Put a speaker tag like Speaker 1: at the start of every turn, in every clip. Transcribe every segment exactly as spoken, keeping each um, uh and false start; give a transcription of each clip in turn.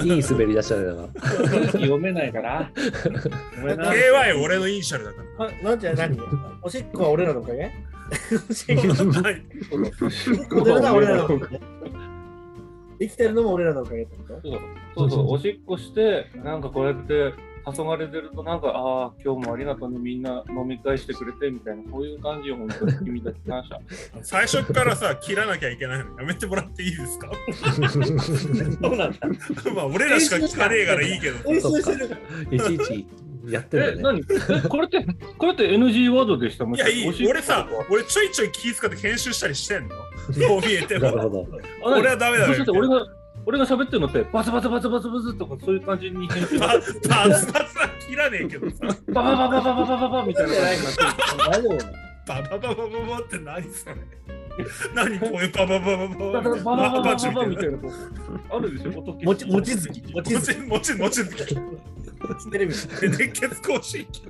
Speaker 1: いい滑り出したねだから。
Speaker 2: 読めないから。
Speaker 3: ケーワイ 俺のイニシャルだか
Speaker 4: あなんじゃ何おしっこは俺らのおかげおしっこ
Speaker 3: ら。はい
Speaker 4: 出るのは俺らのおかげ生きてるのも俺らのおかげってこと
Speaker 2: そうそうそう、おしっこして、なんかこうやって黄昏れてると、なんか、ああ、今日もありがとうね、みんな飲み会してくれてみたいな、そういう感じよ、本当に君たち感謝。
Speaker 3: 最初からさ、切らなきゃいけないのやめてもらっていいですか？
Speaker 4: そうなんだ。
Speaker 3: まあ、俺らしか聞かねえからいいけど。
Speaker 4: 練習してるから。
Speaker 1: いちいちやって
Speaker 2: え、
Speaker 1: るんだ
Speaker 2: 何
Speaker 1: ね。
Speaker 2: え、これって、これって エヌジー ワードでしたもん。
Speaker 3: いや、いい。俺さ、俺ちょいちょい気遣って編集したりしてんの。どう見えても。
Speaker 1: なるほど。
Speaker 3: 俺はダメだよ。
Speaker 2: そして俺が、俺が喋ってるのって、バツバツバツバツバツとかそういう感じに編集
Speaker 3: バツバツは切らねえけどさ。
Speaker 2: バババババババババみたいな感じになってる。
Speaker 4: 大丈夫
Speaker 3: ババババババって何それ？何こういうバババババ
Speaker 2: バババババババみたいな。あるでしょ？
Speaker 4: もち、もちづき。もちづき。
Speaker 3: もちもちもち
Speaker 4: テレビ。
Speaker 3: 熱血行進曲。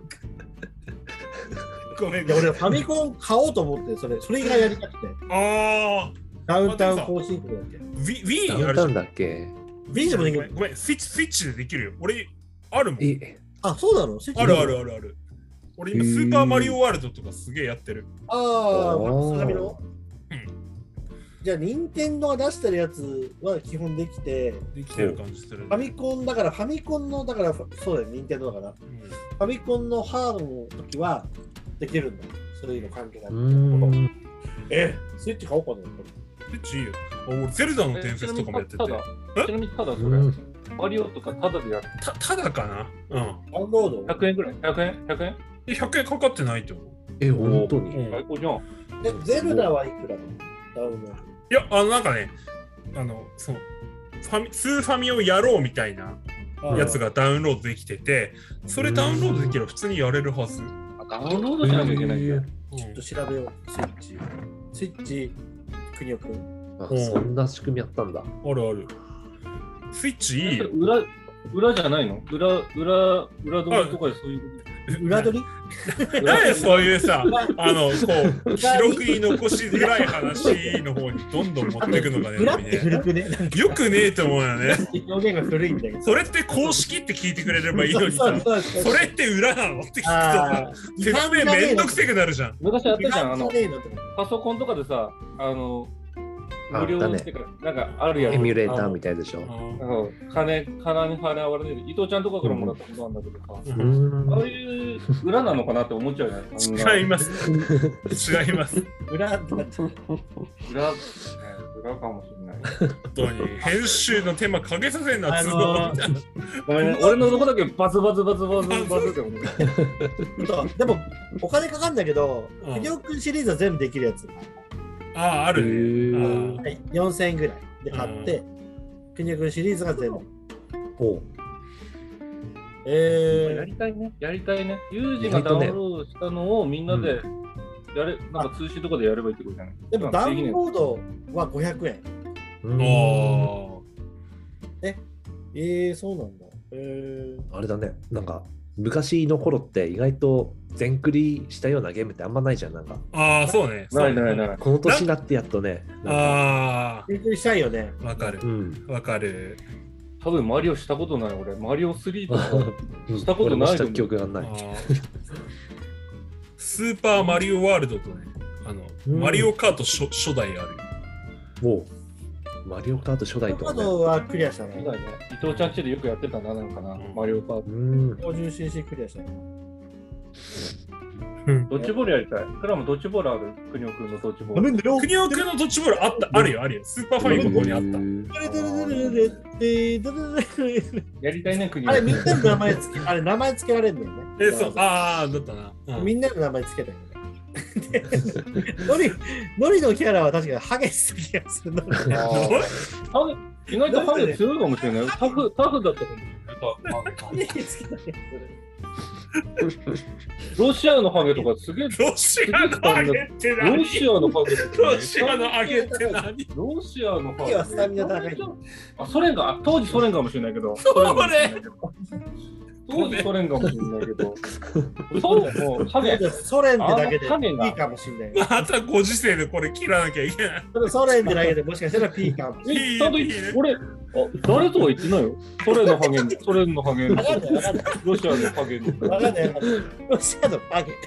Speaker 3: ごめん。
Speaker 4: いや俺ファミコン買おうと思ってそれそれがやりたくて。
Speaker 3: ああ。
Speaker 4: ダウンタウン更新曲だっけ？
Speaker 3: Wii
Speaker 1: ダウンタウンだっけ？
Speaker 4: Wii でもできる。
Speaker 3: ごめん、スイッチスイッチでできるよ。俺あるもん。
Speaker 1: え、
Speaker 4: あ、そうなの？
Speaker 3: あるあるあるある。俺今スーパーマリオワールドとかすげえやってる。
Speaker 4: ああ、
Speaker 1: おー
Speaker 4: 相模の。じゃあ任天堂が出してるやつは基本できて、
Speaker 3: できてる感じするね。
Speaker 4: ファミコンだからファミコンのだからそうだよ任天堂だから。
Speaker 3: うん
Speaker 4: ファミコンのハードの時はできるんだ。そういうの関係な
Speaker 1: う
Speaker 4: い。
Speaker 1: ーん。
Speaker 4: え、スイッチ買おうかな。
Speaker 3: スイッチいいよ。あ俺ゼルダの伝説とかもやってて。
Speaker 2: ちなみにただそれ、
Speaker 1: うん
Speaker 2: マリオとかただでやる。
Speaker 3: たただかな。うん。
Speaker 4: ダウンロード
Speaker 2: ひゃくえんぐらい ?ひゃくえん ?ひゃく 円
Speaker 3: でひゃくえんかかってないと思う。
Speaker 1: え、本当に。
Speaker 3: うん
Speaker 2: 最高じゃん。
Speaker 4: え、ゼルダはいくらなのダウンロード。
Speaker 3: いや、あのなんかね、あの、そう、ファミスーファミをやろうみたいなやつがダウンロードできてて、それダウンロードできれば普通にやれるはず。
Speaker 2: ダウンロードしなきゃいけないんだよ。
Speaker 4: ちょっと調べよう。スイッチ。スイッチ、国尾くん。
Speaker 1: あ、そんな仕組みやったんだ。
Speaker 3: あるある。スイッチいいよ。
Speaker 2: 裏、裏じゃないの裏、裏、裏取りとかでそういう。
Speaker 4: 裏取り
Speaker 3: なんでそういうさ、あの、こう、記録に残しづらい話の方にどんどん持っていくのがね、
Speaker 4: 裏って古くね。
Speaker 3: よくねえと思うよね。
Speaker 4: 表現が古いんだけど。
Speaker 3: それって公式って聞いてくれればいいのにさ、
Speaker 4: そうそうそう
Speaker 3: それって裏なのって聞くとさ、
Speaker 4: あー
Speaker 3: 説明めんどくせくなるじゃん。
Speaker 2: 昔あったじゃん、あの、
Speaker 4: 違反じゃねえのとか
Speaker 2: パソコンとかでさ、あの、
Speaker 1: あ
Speaker 2: 無料
Speaker 1: だね
Speaker 2: っていうか、なんかあるやん。
Speaker 1: エミュレーターみたいでしょ。
Speaker 2: うん金、金に払われる。伊藤ちゃんとかからもらったことなんだけどさ、
Speaker 1: うー
Speaker 2: ああ
Speaker 1: ん。
Speaker 2: いう裏なのかなって思っちゃうよね。あんな
Speaker 3: 違います。違います。
Speaker 4: 裏ってなっちゃう。
Speaker 2: 裏、ね、裏かもしれない。
Speaker 3: 本当に編集の手間かけさせんな、
Speaker 4: あのー
Speaker 3: 都合みたいな。
Speaker 2: ごめんね、俺のとこだけバツバツバツバツバツって思う。
Speaker 4: そうでも、お金かかるんだけど、
Speaker 3: うん
Speaker 4: 国尾くんシリーズは全部できるやつ。
Speaker 3: ああ、あるね。
Speaker 1: へー
Speaker 3: あ
Speaker 4: はい、よんせんえんぐらいで買って、国尾くんシリーズが全部。
Speaker 1: おう
Speaker 4: えー、
Speaker 2: やりたいね、やりたいね。ユージがダウンロードしたのをみんなでやれ、なんか通信とかでやればいいってことじゃない。
Speaker 4: でもダウンロードはごひゃくえん。
Speaker 1: うーん
Speaker 3: お
Speaker 4: えー、そうなんだ。えー、
Speaker 1: あれだね。なんか、昔の頃って意外と全クリしたようなゲームってあんまないじゃん。なんか、
Speaker 3: ああ、そうね。
Speaker 2: ないないない。
Speaker 1: この年になってやっとね。なんか
Speaker 3: あ
Speaker 4: びっくりしたいよね。
Speaker 3: あ、わかる
Speaker 1: う。ん。
Speaker 3: わかる。
Speaker 2: 多分マリオしたことない俺。マリオスリーとか
Speaker 1: うん
Speaker 2: したことない
Speaker 1: 俺もした記憶がない。
Speaker 3: あースーパーマリオワールドとね、あの、
Speaker 1: うん
Speaker 3: マリオカート初初代あるよ。
Speaker 1: もう、マリオカート初代とかね。
Speaker 4: カードはクリアしたね。
Speaker 2: そうだよね。伊藤ちゃんちでよくやってたな、なんかな。マリオカート。
Speaker 1: うーん。
Speaker 4: 標準 シーシー クリアしたね。
Speaker 2: ドッジボールやりたい。クラムドッジボールある国尾くんのドッジボール。
Speaker 4: んだよ
Speaker 3: 国尾くんのドッジボールあった、あるよ、あるよ。スーパーファミコンにあった。
Speaker 2: やりたいね、国尾
Speaker 4: あれ、みんなの名前つけ、あれ、名前つけられるんだよね。
Speaker 3: え、そう、ああ、だったな。うん
Speaker 4: みんなの名前つけたよね。でノリ、ノリのキャラは確かにハゲすぎやするの。
Speaker 2: あーハゲ意外とハゲ強いかもしれない。タフ、タフだったかもしれない。
Speaker 4: ハゲつけたや
Speaker 2: ロシアのハゲとかすげえ。
Speaker 3: ロシアの揚げって何
Speaker 2: ロシアのハゲとかね
Speaker 3: ロシアの揚げって何
Speaker 2: ロシアのハ
Speaker 4: ハゲはスタミナ高い。
Speaker 2: あ、ソ連か。あ当時ソ連かもしれないけど。
Speaker 3: それ
Speaker 2: 当時ソ連かもしれないけど、そうもうハゲ、
Speaker 4: ソ連ってだけで
Speaker 2: あの影が
Speaker 4: P かもしれない。
Speaker 3: またご時世でこれ切らなきゃいけない。
Speaker 4: ソ連ってだけでもしかしたら P かもしれない。
Speaker 2: え、ちゃんと
Speaker 3: いいね
Speaker 2: 俺、あ、誰とは言ってないよ。ソ連のハゲ、ソ連のハゲ、
Speaker 4: わかんないわかんない。
Speaker 2: ロシアのハゲ。
Speaker 4: わかんないわかんない。ロシアのハゲ。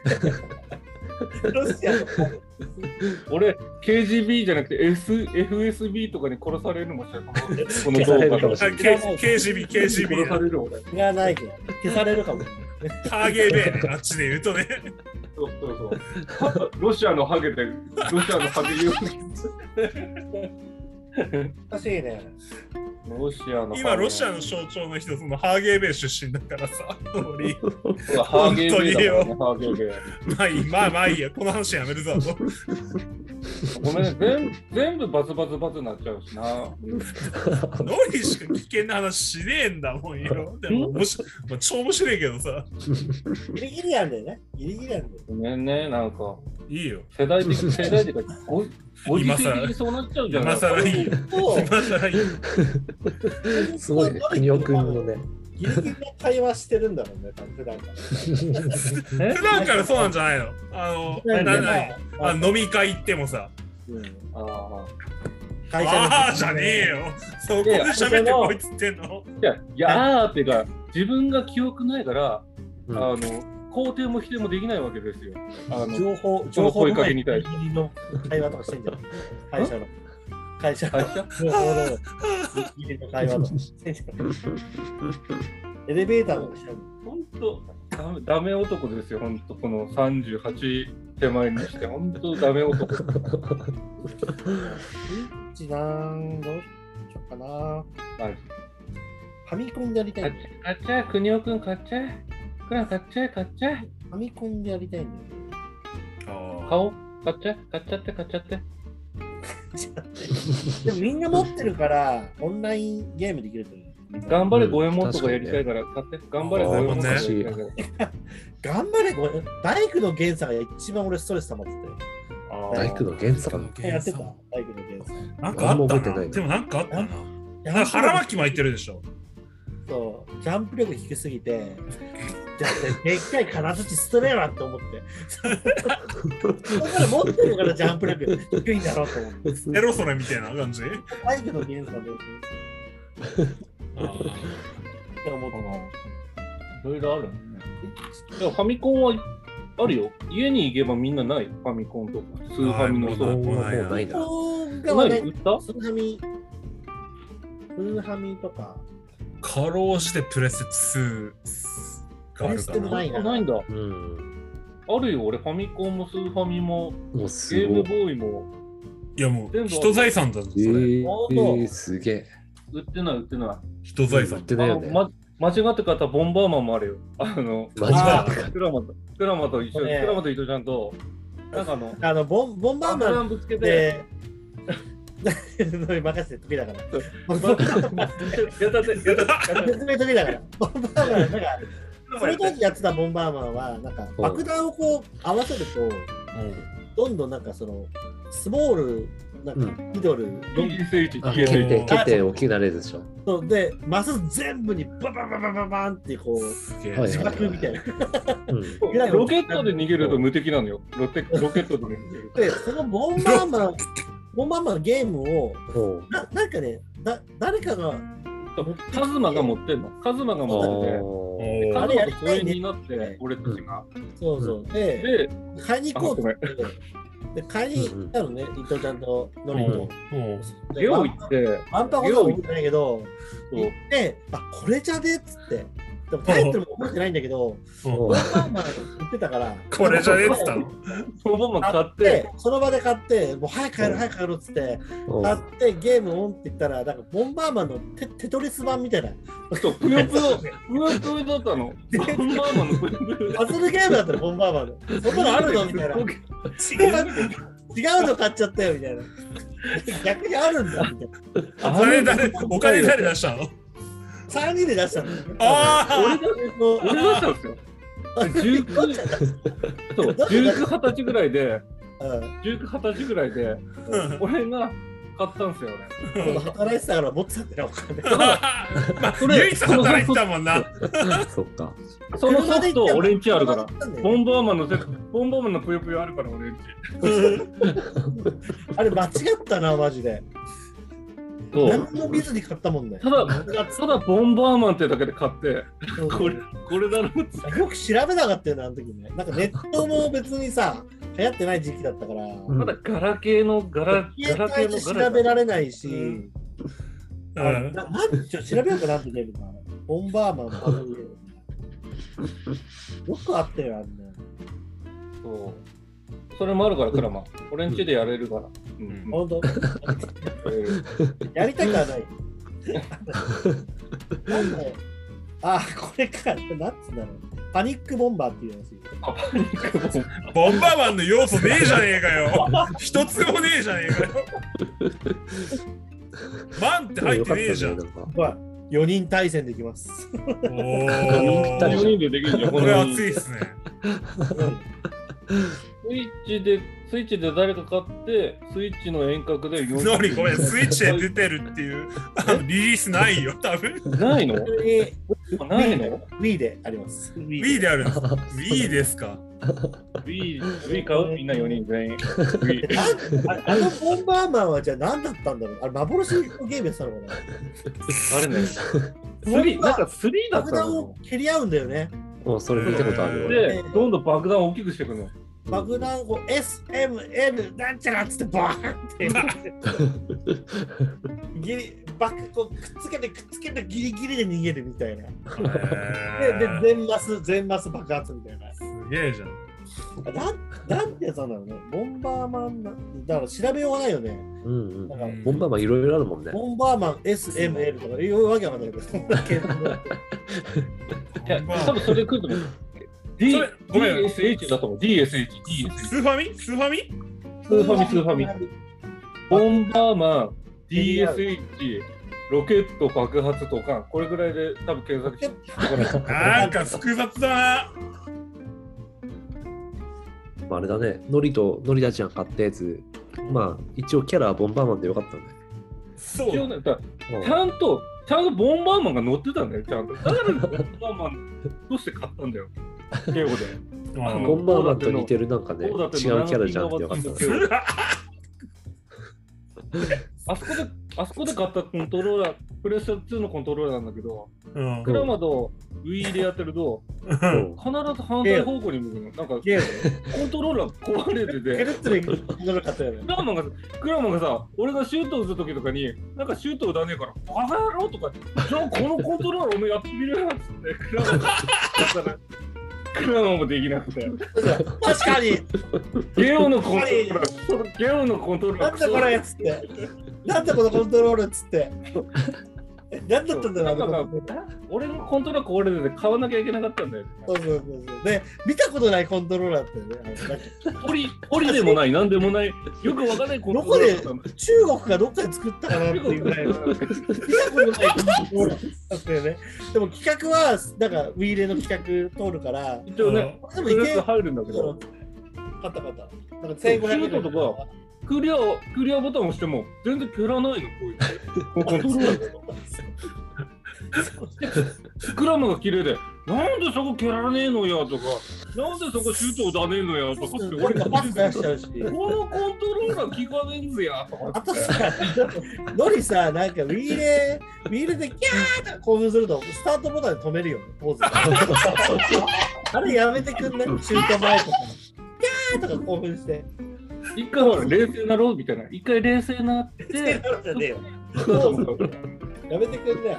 Speaker 4: ロシアのハゲ。
Speaker 2: 俺、ケージービー じゃなくて Sエフエスビー とかに殺されるのもしれない。この
Speaker 1: 消されるか
Speaker 2: 動画で
Speaker 1: もしれない。
Speaker 3: あ K- ケージービー、ケージービー
Speaker 2: 殺される俺。
Speaker 4: いらないけど、消されるかも。
Speaker 3: ハゲベね、あっちで言うとね。
Speaker 2: そうそうそう。ロシアのハゲで、ロシアのハゲ言う。
Speaker 4: 難しいね。
Speaker 2: ロシアのハゲ。
Speaker 3: 今、ロシアの象徴の人、そのハーゲーベイ出身だからさ、通り。
Speaker 2: ハーゲーベイだからね、ハーゲーベイ。
Speaker 3: まあいい、まあまあいいや、この話やめるぞ。
Speaker 2: ごめんね、全全部バズバズバズになっちゃうしな。
Speaker 3: ノリしか危険な話しねえんだもんよ。でも、もし、まあ、超面白いけどさ。
Speaker 4: ギリギリなんだよね。ギリギリなんだよ。
Speaker 2: ごめんね、なんか、
Speaker 3: いいよ。
Speaker 2: 世代的、世代的に、ごご時世的
Speaker 3: 今更
Speaker 2: にそうなっちゃうじゃない
Speaker 3: 今更いいよ。
Speaker 4: そう
Speaker 3: 今更いいよ。
Speaker 1: すごいね、国尾くんのね。
Speaker 4: ギリギリの会話してるんだろうね、普段から。
Speaker 2: え
Speaker 3: 普段からそうなんじゃないのあの、
Speaker 4: 普段から
Speaker 3: なんだあの飲み会行ってもさ、
Speaker 4: うん
Speaker 2: あ
Speaker 4: 会社の
Speaker 3: ああじゃねえよ。そこで喋ってこいつってんの。
Speaker 2: あ。いや、いやあーっていうか、自分が記憶ないから、
Speaker 1: うん
Speaker 2: あの、肯定も否定もできないわけですよ。あの、
Speaker 4: 情報、
Speaker 2: そ
Speaker 4: 情報
Speaker 2: の声かけに対して
Speaker 4: ギリギリの会話とかしてんじゃん。会社の。会社の
Speaker 2: 会社
Speaker 4: 情報のギリギリの会話とかしてんじゃん。エレベーターとかしてんの。
Speaker 2: 本当ダメ、ダメ男ですよ、本当このさんじゅうはち手前にして、本当ダメ男。
Speaker 4: スイッチなんどうしようかな。
Speaker 2: マジ
Speaker 4: ファミコンでやりたい
Speaker 2: 買っ
Speaker 4: んだよ。
Speaker 2: ちゃえ、買っちゃえ、国尾くん買っちゃえ。くら買っちゃえ、買っちゃえ。
Speaker 4: ファミコンでやりたいんだよ。
Speaker 3: あ
Speaker 2: 買おう。買っちゃえ、買っちゃって、買っちゃって。
Speaker 4: でもみんな持ってるから、オンラインゲームできると思う。
Speaker 2: 頑張れ
Speaker 1: うん
Speaker 2: 五右衛門とかやりたいから買って。頑張れ五右衛門とかやりたいから。
Speaker 4: 頑張れ、これ。大工の源さんが一番俺ストレス溜まってて。
Speaker 2: あ
Speaker 1: 大工の源さん。
Speaker 4: やってた大工の源さん。
Speaker 3: なんかあ
Speaker 1: 何も
Speaker 3: ったな。
Speaker 1: 覚えてない
Speaker 3: でもなんかあったな。
Speaker 4: や
Speaker 3: なんか腹巻き巻いてるでしょ。
Speaker 4: そう、ジャンプ力低すぎて、じゃあ、でっかい金槌捨てれよなって思って。だから持ってるからジャンプ力低いんだろうと思って。
Speaker 3: エロソレみたいな感じ。
Speaker 4: 大工の源さんで。
Speaker 3: あー
Speaker 4: って思って
Speaker 2: いろいろあるね。でもファミコンはあるよ。家に行けばみんなない。ファミコンとか。スーファミの
Speaker 3: あー
Speaker 2: そう。
Speaker 1: もうもうないな。
Speaker 4: が話題
Speaker 2: 売った
Speaker 4: スーハミ、スーハミとか、
Speaker 3: かろうじてプレステツーがあるか
Speaker 4: プレステも
Speaker 3: な。
Speaker 4: ないな
Speaker 2: ないんだ。
Speaker 1: うん。
Speaker 2: あるよ。俺、ファミコンもスーファミも、
Speaker 1: もうす
Speaker 2: ゲーム
Speaker 1: ごい。
Speaker 2: ボーイも
Speaker 3: いやもう、
Speaker 2: 全部
Speaker 3: 人財産だぞ、そ
Speaker 1: え
Speaker 3: れ。
Speaker 1: ー、えー、すげえ。
Speaker 2: 売ってない、売ってない。
Speaker 3: 人財産
Speaker 1: 売っ。てないよね。
Speaker 2: あのま間違って買ったボンバーマンもあるよ。あの、
Speaker 1: 間違
Speaker 4: あ
Speaker 1: って
Speaker 2: クラマと、クラマと一緒に、
Speaker 4: ね
Speaker 2: クラマと伊藤ちゃんと、なんかあの、
Speaker 4: あの、ボンボンバー
Speaker 2: 爆
Speaker 4: マン
Speaker 2: 弾ぶつけて、
Speaker 4: で、任せて得意だから。ボンバ
Speaker 2: や
Speaker 4: ーマン
Speaker 2: ったって、やったって、やったって。
Speaker 4: 説明得意だから。ボンバーマン、なんか、その当時やってたボンバーマンは、なんか爆弾をこう合わせると、どんどんなんかその、スモール、なんかミドル、ロン
Speaker 2: ピーエスエイチ、
Speaker 1: あ、
Speaker 2: ピーエスエイチ。
Speaker 1: 決定、決定大きくなれるでしょ。
Speaker 4: そうで、マス全部にババババババンってこう、
Speaker 3: すげえ。
Speaker 1: はい
Speaker 4: 自爆みたいな。
Speaker 1: うん。
Speaker 2: ロケットで逃げると無敵なのよ。ロケロケットで逃げる。
Speaker 4: で、そのボンバーマン、ボンバーマンのゲームを、
Speaker 1: おう
Speaker 4: ななんかね、だ誰かが、
Speaker 2: カズマが持ってんの。カズマが持ってて。
Speaker 3: お
Speaker 2: で
Speaker 3: ー
Speaker 2: カズマと疎遠になって、俺たちが。
Speaker 4: そうそう、で、
Speaker 2: で、
Speaker 4: 買いに行こうと思って、で、買いに行ったのね、伊藤ちゃんとノリと。で
Speaker 2: ゲオ行って、
Speaker 4: ワンパンことは覚えてないけど、
Speaker 2: そう
Speaker 4: 行って、あ、これじゃねっつって。でもタイトルも覚えてないんだけど、
Speaker 1: お
Speaker 4: ボン
Speaker 1: う
Speaker 4: バーマン言ってたから、
Speaker 3: これじゃねえっつったの。
Speaker 2: そのまま買っ
Speaker 4: 買ってて、その場で買って、もう早く帰ろう、早く帰ろうっつって、
Speaker 1: おう
Speaker 4: 買ってゲームオンって言ったら、なんかボンバーマンのテテトリス版みたいな、
Speaker 2: そう、ぷよぷよ、ぷよぷよだったの。ボンバーマンのぷよぷよ。
Speaker 4: パズルゲームだったらボンバーマンの。そんなのあるのみたいな。違う違うの買っちゃったよみたいな。逆にあるんだみたいな。
Speaker 3: お金誰、お金誰出したの。
Speaker 4: さんにんで出したの。
Speaker 3: あ
Speaker 2: 俺が、俺がしたんですよ。じゅうきゅう、そう、じゅうきゅう、はたちぐらいで、
Speaker 4: うん
Speaker 2: じゅうきゅう、はたちぐらいで、
Speaker 3: あ。
Speaker 2: 俺が買ったんですよね。
Speaker 4: 働いてたから持ってたんだよ、お金。
Speaker 3: まあ、唯一働いてたもんな。
Speaker 1: そっか。
Speaker 2: そのソフト俺んちあるから。
Speaker 4: 車で行ったんだよ
Speaker 2: ボンバーマンのセボンバーマンのぷよぷよあるから俺んち。
Speaker 4: あれ間違ったな、マジで。
Speaker 2: そう
Speaker 4: 何も見ずに買ったもんね。
Speaker 2: ただ、ただボンバーマンってだけで買って、これ、これだろって。
Speaker 4: よく調べなかったよね、あの時ね。なんかネットも別にさ、流行ってない時期だったから、
Speaker 1: うん
Speaker 2: まだガラケーのガラ、ガラケーのガラ
Speaker 4: 調べられないし、
Speaker 3: うん
Speaker 4: あななんちょ調べようかなってゲームか。ボンバーマンのパズルゲーム。よくあったよ、あんな。
Speaker 2: そう。それもあるから、クラマ。俺んちでやれるから。うん。
Speaker 4: ほんと
Speaker 2: やれる
Speaker 4: やりたくはない。なんだよ。あ、これか。なんつうんだろう。パニックボンバーっていうやつ。
Speaker 2: あ、パニックボンバー。
Speaker 3: ボンバーマンの要素ねえじゃねえかよ。一つもねえじゃねえかよ。マンって入ってねえじゃん。
Speaker 4: まあ、よにん対戦できます。
Speaker 3: お
Speaker 1: 人
Speaker 3: ー。
Speaker 2: よにんでできるじゃん。
Speaker 3: これ熱いっすね。
Speaker 2: スイッチで、スイッチで誰か買って、スイッチの遠隔でよにん。
Speaker 3: ノリごめん、スイッチで出てるっていうあのリリースないよ、多分。
Speaker 2: ないの
Speaker 4: え
Speaker 2: ないの
Speaker 4: Wii であります。
Speaker 3: Wii であるんですか ?Wii ですか
Speaker 2: ?Wii、Wii 買うみんなよにん全員。Wii
Speaker 4: ああのボンバーマンはじゃあ何だったんだろう。あれ幻のゲームやってたのかな。
Speaker 2: あれね。スリー、なんかスリーだった
Speaker 4: 爆弾
Speaker 2: の
Speaker 4: を蹴り合うんだよね。
Speaker 1: もうそれ見たことあるよ。
Speaker 2: で、どんどん爆弾を大きくしていくの。
Speaker 4: 爆弾を エスエムエル なんちゃらっつってバーンってギリバックこうくっつけてくっつけてギリギリで逃げるみたいな。で、で全マス全マス爆発みたいな。
Speaker 3: すげえじゃん。
Speaker 4: なんなんてやつなんだろうね。ボンバーマンなだから調べようがないよね。
Speaker 1: うんうん
Speaker 4: だから
Speaker 1: ボンバーマンいろいろあるもんね。
Speaker 4: ボンバーマン エスエムエル とかいうわけわかんないけど、そんな系統
Speaker 2: いや、多分それで来ると思う。D、
Speaker 3: それごめん
Speaker 2: ディーエスエイチ だと思う。ディーエスエイチ、ディーエスエイチ。
Speaker 3: スーファミスーファミ
Speaker 2: スーファミ、スーファミ。ボンバーマン、ディーエスエイチ、ロケット爆発とか、これぐらいで多分検索して
Speaker 3: なんか複雑だな。
Speaker 1: まああれだね、ノリとノリダちゃん買ったやつ、まあ一応キャラはボンバーマンでよかったんだよ。
Speaker 3: そう。
Speaker 2: 一応ね、だちゃんと、ちゃんとボンバーマンが乗ってたんだよ、ちゃんと。だからボンバーマンとして買ったんだよ、敬語で。
Speaker 3: あの
Speaker 1: ボンバーマンと似てるなんかね、違うキャラじゃんってよかった。
Speaker 2: あそこで、あそこで買ったコントローラー、プレステツーのコントローラーなんだけど、
Speaker 3: うん
Speaker 2: クラマと Wii でやってると、
Speaker 1: うん
Speaker 2: 必ず反対方向に向くの。なんか、
Speaker 4: ゲー
Speaker 2: コントローラー壊れて
Speaker 4: ム。
Speaker 2: て
Speaker 4: ケルッツに乗るかったよね
Speaker 2: ク。ラマがクラマがさ、俺がシュート打つときとかに、なんかシュート打たねえから、バカ野郎とか、じゃあこのコントローラーお前やってみろよっつって、クラマがやったら、クラマもできなくて。
Speaker 4: 確かに
Speaker 2: ゲオのコントローラー、ゲオのコントローラー。
Speaker 4: なんだこれっつって。なんだこのコントロールっつって。何だったんだろう
Speaker 2: なんか俺のコントローラー壊れてて買わなきゃいけなかったんだよ。
Speaker 4: そうそうそうそう。で、見たことないコントローラーだったよね。
Speaker 2: ポリ、ポリでもない、なんでもない、よくわかんないコントロ
Speaker 4: どこで
Speaker 2: ーラーだったんだよ。
Speaker 4: 中国かどっかで作ったかなっていうぐらいの見たことないコントローラーだったよね。でも企画は、なんかウィーレの企画通るから、
Speaker 2: 一応ね、
Speaker 4: でもいける
Speaker 2: 入るんだけど、
Speaker 4: 買った買った。なんかせんごひゃくえん
Speaker 2: シュートとかクリア、クリアボタンを押しても全然蹴らないの、こういう。コントローラーだと。クラムが綺麗で、なんでそこ蹴らねえのやとか、なんでそこシュート打たねえのやとかって、俺
Speaker 4: がパス出しちゃうし。
Speaker 2: このコントローラー効かねえんずやとか
Speaker 4: あとさ、ノリさ、なんかウィーレ、ウィーレでキャーって興奮すると、スタートボタンで止めるよね、ポーズ。あれやめてくんないシュート前とか。キャーとか興奮して。
Speaker 2: 一回ほら冷静なろうみたいな、一回冷静なって、
Speaker 4: じゃねえよ。やめてくんね、あれ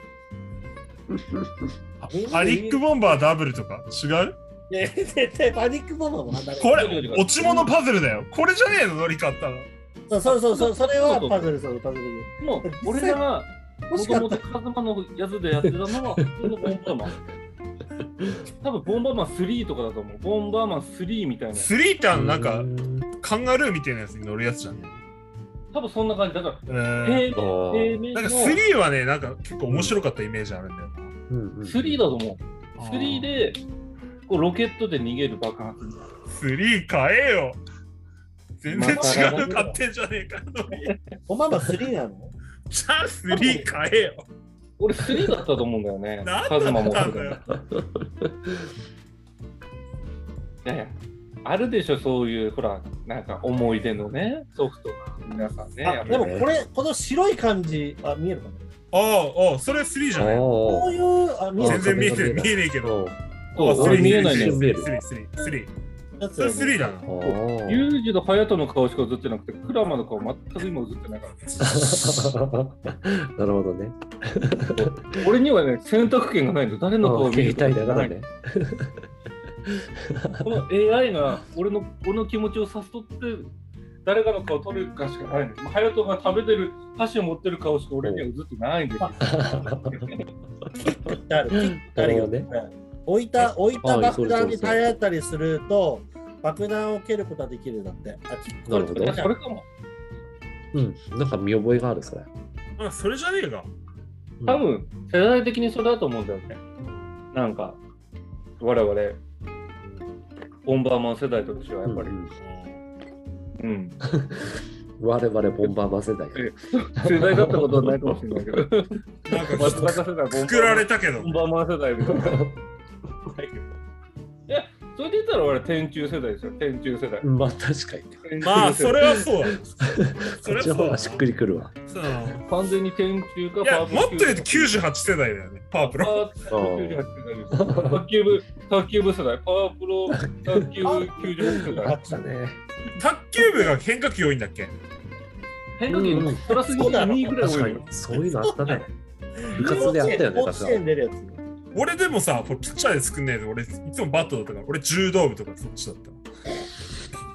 Speaker 4: マジで。
Speaker 3: パニックボンバーダブルとか違う
Speaker 4: いや、絶対パニックボンバーも離れ
Speaker 3: これ、落ち物パズルだよ。これじゃねえの乗り買ったの。
Speaker 4: そうそうそう、それはパズル、そうパズル。
Speaker 2: もう俺らがもと
Speaker 4: 欲しかった。
Speaker 2: もとカズマのやつでやってたのは、普通のボンバーマン。多分ボンバーマンスリーとかだと思う。ボンバーマンスリーみたいな。
Speaker 3: スリーってあの、なんか、カンガルーみたいなやつに乗るやつじゃんね。
Speaker 2: 多分そんな感じだから。
Speaker 3: えー、
Speaker 2: 平
Speaker 1: あー
Speaker 2: 平面の
Speaker 3: なんかスリーはね、なんか結構面白かったイメージあるんだよな。
Speaker 1: うんうん
Speaker 2: スリーだと思う。スリーでこうロケットで逃げる爆発。
Speaker 3: スリー買えよ。 全然違う買ってんじゃねえか。
Speaker 4: おままスリーなの？
Speaker 3: じゃあスリー買えよ。
Speaker 2: 俺スリーだったと思うんだよね。
Speaker 3: なん
Speaker 2: カズマも
Speaker 3: だったんだよ。
Speaker 2: いやいや、あるでしょ、そういうほら、なんか思い出のね、ソフトが皆さんね。
Speaker 4: あ、でもこれ、この白い感じ、あ、見えるかな？
Speaker 3: ああ、ああ、それスリーじゃない。
Speaker 4: こういう、あ、見える。
Speaker 3: 全然見えない、見えねえけど。
Speaker 2: そう、俺見えないね。
Speaker 3: スリー、スリー、スリー、スリー。それスリーだな。
Speaker 2: ユージの隼人の顔しか映ってなくて、クラマの顔全く今映ってないから。
Speaker 1: なるほどね。
Speaker 2: 俺にはね、選択権がないの。誰の顔を見るか。
Speaker 1: 携帯だからね。
Speaker 2: この エーアイ が俺の俺の気持ちを察しとって誰かの顔を撮るかしかないの。隼人が食べてる箸を持ってる顔しか俺には映ってないんですよ。
Speaker 4: キックってある、キックってあるよね。置いた置いた爆弾に体当たりすると爆弾を蹴ることができるんだって。あ、キック。
Speaker 1: なるほど。
Speaker 2: それかも。
Speaker 1: うん、なんか見覚えがあるそれ。
Speaker 3: あ、それじゃねえか。
Speaker 2: 多分世代的にそれだと思うんだよね。なんか我々ボンバーマン世代としてはやっぱり。うんうん、
Speaker 1: 我々ボンバーマン世代。
Speaker 2: 世代だったことはないかもしれないけど。なんか
Speaker 3: 松坂世代作られたけど。
Speaker 2: ボンバーマン世代で。いや、それで言ったら俺天中世代ですよ。天中世代。
Speaker 1: まあ確かに。
Speaker 3: まあそれはそうだ。
Speaker 1: それはそうだ。しっくりくるわ。
Speaker 2: 完全に天中か
Speaker 3: パープル。もっと言うときゅうじゅうはち世代だよね。パープル。
Speaker 2: きゅうじゅうはち世代です。卓球部卓球部世代。パワープロ卓球部きゅうじゅうはち世代。
Speaker 1: あったね。
Speaker 3: 卓球部が変化球多いんだっけ？
Speaker 2: 変化球プラスにぐらい多い。
Speaker 1: そういうのあったね。部活であったよね。確かに。
Speaker 3: 俺でもさ、これピッチャーで作んねえで、俺いつもバットだったから、俺柔道部とかそっちだった。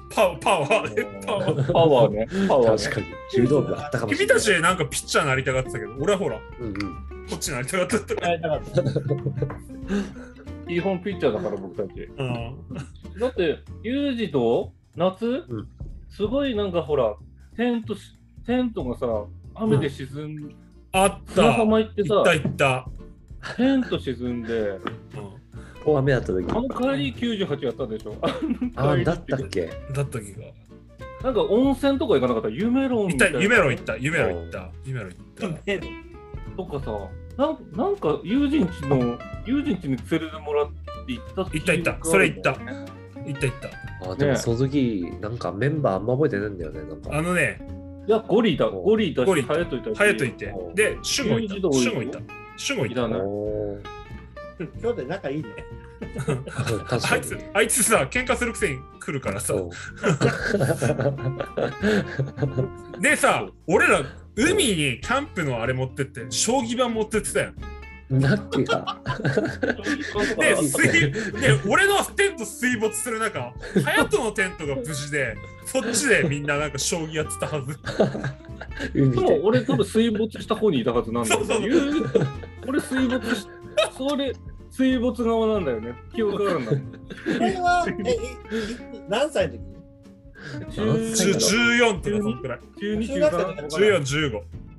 Speaker 3: パワー、パワーね、パワー。
Speaker 2: パワーね、パワー。
Speaker 1: 確かに、柔道部あったかもしれない。
Speaker 3: 君たちでなんかピッチャーになりたがってたけど、俺はほら、
Speaker 1: うんうん、
Speaker 3: こっちになりたがってたから。
Speaker 2: 基本ピッチャーだから僕たち。
Speaker 3: うん、
Speaker 2: だって、ユージと夏、うん、すごいなんかほら、テント、テントがさ、雨で沈んで、うん、
Speaker 3: あった。
Speaker 2: 砂浜行ってさ、
Speaker 3: 行った行った。
Speaker 2: テント沈んで、
Speaker 1: 大雨だった時。
Speaker 2: あの帰りきゅうじゅうはちやったでしょ。
Speaker 1: ああ、だったっけ？
Speaker 3: だったっけか。
Speaker 2: なんか温泉とか行かなかった？夢論みたいな。
Speaker 3: 夢論行った、夢論行った、夢論行った。
Speaker 2: とかさ、なんなんか友人ちの友人ちに連れてもらって行った
Speaker 3: 行った行った、それ行った。行った行っ
Speaker 1: た。あ、でもその時、なんかメンバーあんま覚えてないんだよね。なんか
Speaker 3: あのね、
Speaker 2: いや、ゴリいた、ゴリいたし、
Speaker 3: ハヤトいた。ハヤトいて。で、シュゴいた。シュゴいた。シュゴいた。
Speaker 4: 今日で仲いいね。
Speaker 3: あいつ、あいつさ、喧嘩するくせに来るからさ。でさ、俺ら、海にキャンプのあれ持ってって、将棋盤持ってってたよ。
Speaker 1: ナッキが
Speaker 3: で水で俺のテント水没する中、ハヤトのテントが無事で、そっちでみんななんか将棋やってたはず。
Speaker 2: でも俺多分水没した方にいたはずなんだよ。そうそう俺水没し、それ水没側なんだよね。記憶があるんだ。
Speaker 4: これはえ何歳の
Speaker 3: 時？じゅうよんとかそんくらい。
Speaker 2: じゅうに、じゅうさん、
Speaker 3: じゅうよん、じゅう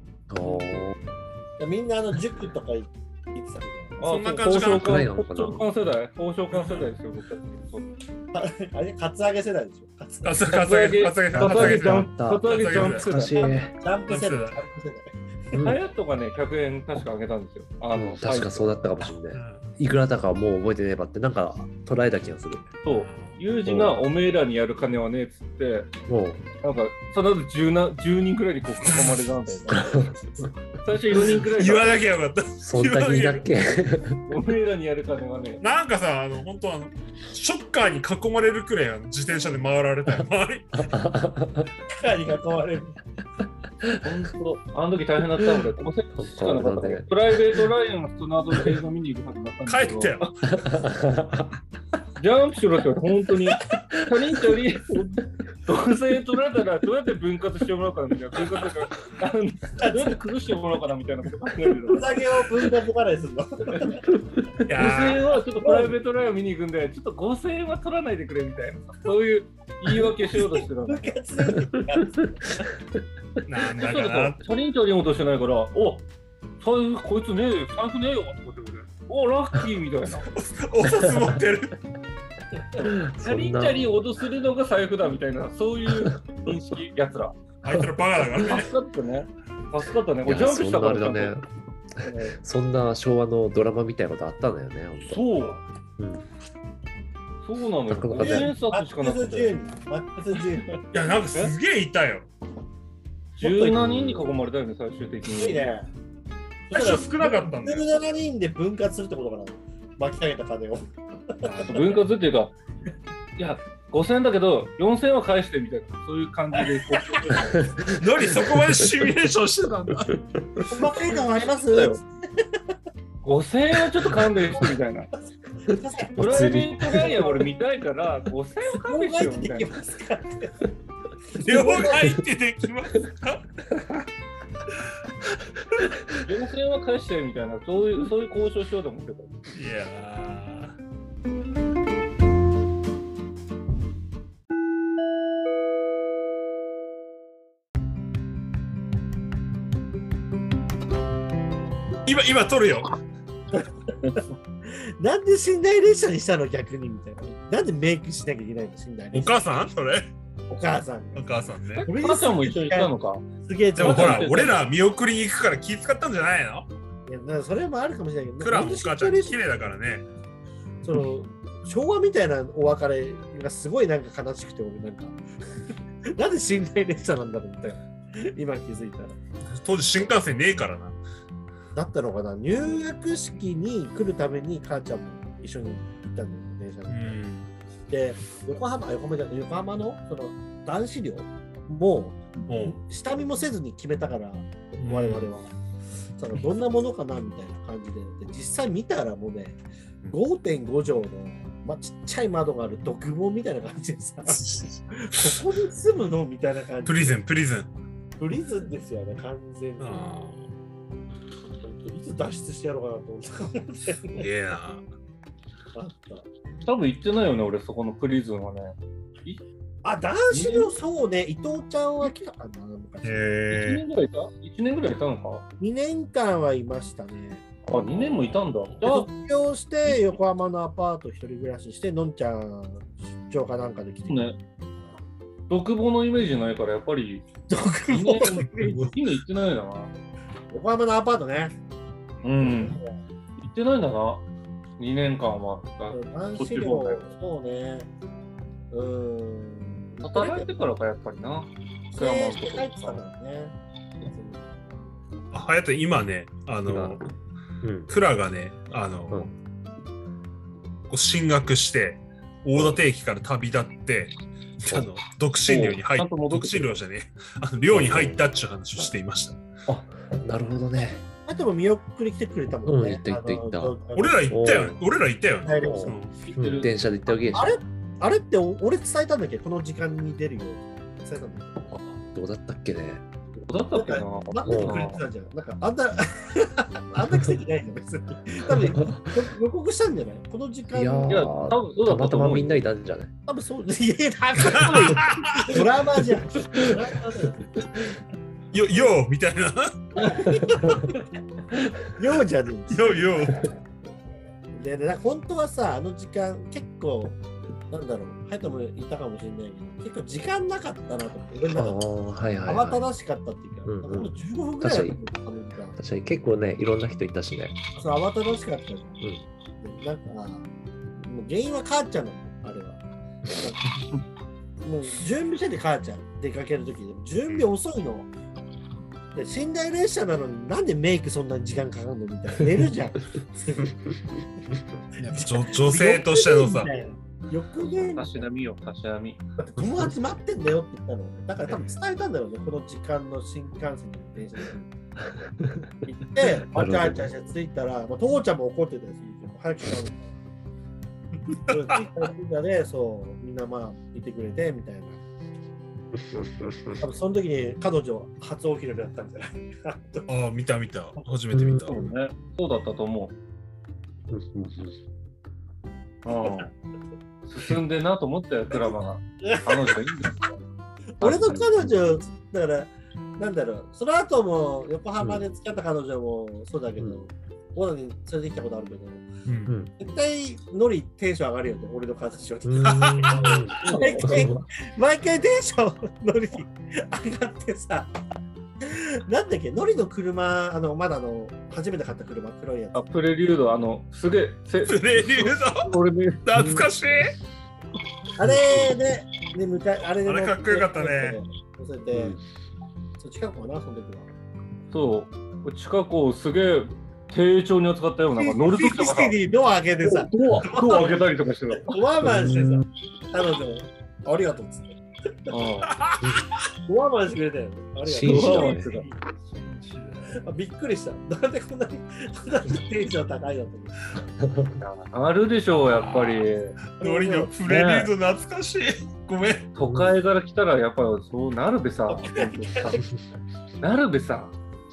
Speaker 3: ご。
Speaker 4: みんなあの塾とか行ってたけど。
Speaker 3: そんな感じかな。
Speaker 2: 包丁感世代、包丁感世代ですよ、僕た
Speaker 4: ち。あれ、カツアゲ世代でしょ。
Speaker 3: カツアゲ、カツアゲ、カツアゲ、
Speaker 2: カツアゲジャンプ、カツアゲジャンプ世代。
Speaker 1: ジ
Speaker 4: ャンプ世代。
Speaker 2: ハヤトがね、ひゃくえん確かあげたんですよ。あの
Speaker 1: 確かそうだったかもしれない。いくらだかはもう覚えてねえばって、なんか捉えた気がする。
Speaker 2: そう。ユージがおめえらにやる金はねえっつって、なんかその後じゅうにんくらいにこう囲まれたんだよね。最初よにんくらい
Speaker 3: 言わなきゃよかった。
Speaker 1: そんなにだっけ？
Speaker 2: おめえらにやる金はね。
Speaker 3: なんかさ、あの本当あのショッカーに囲まれるくらいあの自転車で回られたよ。周り。
Speaker 4: ショッカーに囲まれる。
Speaker 2: 本当、あの時大変だったんで、ごせんえんしかなかったね。プライベートライアンがその後映画見に行くはずだったんですけど。
Speaker 3: 帰ってよ。
Speaker 2: ジャンプしろって本当に、他人とりごせんえん取られたらどうやって分割してもらおうかなみたいな、分割とか、どうやって崩してもらおうかなみたいなこと考えるの。
Speaker 4: お酒を分割払いするの。
Speaker 2: ごせんえんはちょっとプライベートライアン見に行くんで、ちょっとごせんえんは取らないでくれみたいな、そういう言い訳しようとしてたんだ。
Speaker 3: なんだかな。
Speaker 2: 他人とりもとしてないから、お財布こいつねえ、財布ねえよとかって言って、おラッキーみたいな。
Speaker 3: お札持ってる。
Speaker 2: チャリンチャリン脅するのが財布だみたいな、そういう認識、やつら。
Speaker 3: あいつらバカだからね。
Speaker 2: 助かったね。助かったね。こ
Speaker 1: いや
Speaker 2: れジャンプしたから
Speaker 1: そんなあれだね。そんな昭和のドラマみたいなことあったんだよね、本
Speaker 2: そう。
Speaker 1: 当。うん。
Speaker 2: そうなのよ。
Speaker 1: なかなかね
Speaker 2: ごせんえん札
Speaker 4: マ
Speaker 2: しかなく
Speaker 4: ックスじゅう
Speaker 2: て。
Speaker 4: に。マックスじゅうに。
Speaker 3: いや、なんかすげえいたよ。
Speaker 2: 十何人に囲まれたよね、最終的に。
Speaker 4: いいね。
Speaker 3: 最初少なかったんだよ。
Speaker 4: じゅうななにんで分割するってことかな。巻き上げた金を。
Speaker 2: 分割っていうか、いや、ごせんえんだけど、よんせんえんは返してみたいな、そういう感じでこう。
Speaker 3: 何そこまでシミュレーションしてたんだ。
Speaker 4: 細かいのあります
Speaker 2: だよごせんえんはちょっと勘弁してみたいな。プライベートガイア俺見たいから、ごせんえんは勘弁してよみたいな。
Speaker 3: 両替ってできますか？
Speaker 2: よんせんえんは返してみたいな、そういうそういう交渉しようと思ってた。
Speaker 3: いやー。今今撮るよ。
Speaker 4: なんで寝台列車にしたの逆にみたいな。なんでメイクしなきゃいけないの寝台
Speaker 3: お
Speaker 4: 列車。
Speaker 3: 母さんそれ？
Speaker 4: お母さん。
Speaker 3: お母さんね。
Speaker 2: お母ちゃんも一緒にいたのか。
Speaker 4: すげえ
Speaker 3: でもほら
Speaker 2: そう、
Speaker 3: 俺ら見送りに行くから気遣ったんじゃないの？
Speaker 4: いやだからそれもあるかもしれないけど。
Speaker 3: クラもお母ちゃん
Speaker 4: なんで
Speaker 3: 綺麗だからね。
Speaker 4: その昭和みたいなお別れがすごいなんか悲しくて、俺なんか。なんで寝台列車なんだろうみたいな。今気づいたら。
Speaker 3: 当時新幹線ねえからな。
Speaker 4: だったのかな、入学式に来るために母ちゃんも一緒に行ったんだよ、電車
Speaker 3: う
Speaker 4: に。
Speaker 3: ん。
Speaker 4: で、横浜、横浜じゃない横浜のその男子寮も
Speaker 3: も
Speaker 4: 下見もせずに決めたから、
Speaker 3: ん
Speaker 4: 我々は。そのどんなものかなみたいな感じで、で実際見たらもうね、ごてんご畳の、まあ、ちっちゃい窓がある独房みたいな感じでさ、ここに住むのみたいな感じ。
Speaker 3: プリズンプリズン。
Speaker 4: プリズンですよね、完全に。
Speaker 3: あ
Speaker 4: いつ脱出してやろうかなと思って。
Speaker 3: あ、すげえな。
Speaker 4: あった
Speaker 2: 多分行ってないよね、俺そこのプリズンはね。
Speaker 4: あ、男子寮、そうね、伊藤ちゃんは来たかな、昔。
Speaker 2: いち
Speaker 3: へ
Speaker 2: ねんぐらいいた ?いち 年ぐらいいたのか
Speaker 4: にねんかんはいましたね。
Speaker 2: あ、にねんもいたんだ。じ
Speaker 4: で
Speaker 2: ゃあ、
Speaker 4: 卒業して横浜のアパート一人暮らしして、のんちゃん出張かなんかで来て
Speaker 2: ね、独房のイメージないから、やっぱり、
Speaker 4: 独
Speaker 2: に
Speaker 4: 房
Speaker 2: ねん、今行ってないな。
Speaker 4: 横浜のアパートね。
Speaker 2: うん。行ってないんだな。にねんかんは。
Speaker 4: 男子寮、そうね。うーん。
Speaker 2: 働いてからか、やっぱりな。
Speaker 4: 帰って帰ってたからね。
Speaker 3: あ、はやと今ね、あの、
Speaker 1: うん。
Speaker 3: クラがね、あの、
Speaker 1: うん
Speaker 3: こう進学して、大館駅から旅立って、あの独身寮に入っ
Speaker 2: ちゃんと戻
Speaker 3: 独
Speaker 2: ってくる
Speaker 3: 身寮じゃねえ、あの寮に入ったっていう話をしていました。
Speaker 1: あ、なるほどね。
Speaker 4: あとも見送り来てくれたもんね。
Speaker 1: うん行った行った行った
Speaker 4: あの
Speaker 3: 俺ら行ったよね。俺ら行ったよね。
Speaker 4: 帰りました
Speaker 3: うん
Speaker 2: 行って
Speaker 1: うん、
Speaker 2: る。
Speaker 1: 電車で行ったわけでしょ。
Speaker 4: あれあれってお俺伝えたんだっけこの時間に出るよ。伝えたんだっけ
Speaker 1: あどうだったっけね。
Speaker 2: どうだったっけな。
Speaker 4: 待っててくれてたんじゃん。なんかあんな、あんな奇跡ないじゃん、別に。多分よ予告したんじゃないこの時間
Speaker 1: いやー
Speaker 2: いや、多分そうだ
Speaker 1: たま
Speaker 2: ったと思うよ。
Speaker 1: たまみんないたんじゃない。
Speaker 4: 多分そう。いやいや、ドラマじゃん。ドラマだよ
Speaker 3: よ、よーみたいな。
Speaker 4: ようじゃねえ
Speaker 3: よ、よ。
Speaker 4: で、でなんか本当はさ、あの時間結構、なんだろう、ハヤトも言ったかもしれないけど、結構時間なかったなと思って、俺
Speaker 1: ああ
Speaker 4: の中で
Speaker 1: ー、はいはい、
Speaker 4: 慌た
Speaker 1: はい。
Speaker 4: だしかったっていうか、
Speaker 1: うんうん
Speaker 4: なんかほんとじゅうごふんぐらいだったのあの時間。
Speaker 1: 確かに結構ね、いろんな人いたしね。
Speaker 4: そう、慌ただしかったじゃん。
Speaker 1: うん。
Speaker 4: でなんか、もう原因は母ちゃんなの、あれは。もう準備してて母ちゃん出かけるときでも準備遅いの。で寝台列車なのになんでメイクそんなに時間かかるのみたいな。寝るじゃん。
Speaker 3: 女女性としてのさ、
Speaker 4: 欲言
Speaker 2: たしなみよ、たしなみ。
Speaker 4: だって友達待ってんだよって言ったの。だから多分伝えたんだろうね、この時間の新幹線の電車で。行って、あちゃあちゃして着いたら、まあ、父ちゃんも怒ってたし、早く来たの。着いたみんなで、そう、みんなまあ見てくれてみたいな。多分その時に彼女初お披露目だったんじゃない
Speaker 3: ああ、見た見た。初めて見た。
Speaker 2: そうね。そうだったと思う。うん。進んでなと思ったよ、クラバが。彼女いいんですよ。
Speaker 4: 俺の彼女、だから、なんだろう、その後も横浜で付き合った彼女もそうだけど、
Speaker 1: うん
Speaker 4: オーナーに連れてきたことあるけど、
Speaker 3: うん
Speaker 1: うん
Speaker 4: 絶対ノリテンション上がるよね、俺の形は。
Speaker 1: うーん
Speaker 4: 毎回、毎回テンションノリに上がってさ、なんだっけ、ノリの車、あの、まだあの、初めて買った車、黒いやつ。
Speaker 2: あ、プレリュード、あの、すげえ、せ
Speaker 3: プレリュード
Speaker 2: 俺ね、
Speaker 3: 懐かしい。
Speaker 4: あれで、ね、向かい、あれで
Speaker 3: あれかっこよかったね。
Speaker 4: 乗せて、そう近くかな、その時は。
Speaker 2: そう、近くをすげえ、丁重に扱ったような、なんか乗るときとかさ、
Speaker 4: にドア開けてさ、
Speaker 2: ドア、ドア開けたりとかしてる。
Speaker 4: ドアマンしてさ、彼女、ありがとうっつって。ドアマンしてくれたよ。あり
Speaker 1: 紳士
Speaker 4: がとう。
Speaker 1: だね
Speaker 4: あびっくりした。なんでこんなに、こんなにテンション高いのと思って。
Speaker 2: あるでしょう、やっぱり。
Speaker 3: ノリのプレリュード懐かしい。ごめん。
Speaker 2: 都会から来たら、やっぱりそうなるべさ。なるべさ。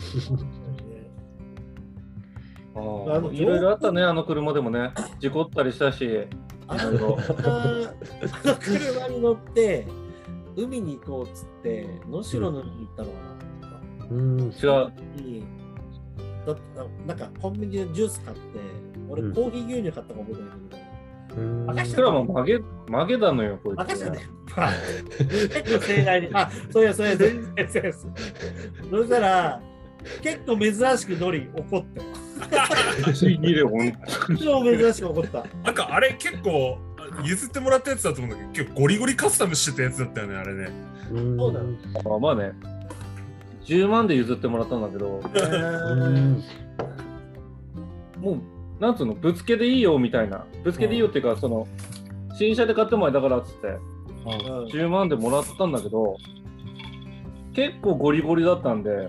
Speaker 2: あ
Speaker 4: あの
Speaker 2: いろいろあったね、あの車でもね。事故ったりしたし。
Speaker 4: あのあの車に乗って、海に行こうっつって、能代の海に行ったのかな。
Speaker 1: うん
Speaker 2: 違う。
Speaker 4: にだなんかコンビニでジュース買って、俺
Speaker 1: うん
Speaker 4: コーヒー牛乳買ったか覚えてないけど、
Speaker 1: うん
Speaker 4: 任せ
Speaker 2: それはもう曲げ、曲げだのよ、こいつ。
Speaker 4: 任せて、結構盛大に、あ、そうやそうや、全然そうです。そしたら、結構珍しくノリ怒って、
Speaker 2: 不思議で、ほんと。
Speaker 4: 超珍しく怒った。
Speaker 3: なんかあれ結構譲ってもらったやつだと思うんだけど、結構ゴリゴリカスタムしてたやつだったよね、あれね。
Speaker 1: うん
Speaker 4: そうなの
Speaker 2: まあまあね。じゅうまんで譲ってもらったんだけど、
Speaker 1: うん
Speaker 2: もう、なんつうの、ぶつけでいいよみたいな。ぶつけでいいよっていうか、その、新車で買ってもらえたからっつって、
Speaker 4: うん
Speaker 2: じゅうまんでもらったんだけど、結構ゴリゴリだったんで、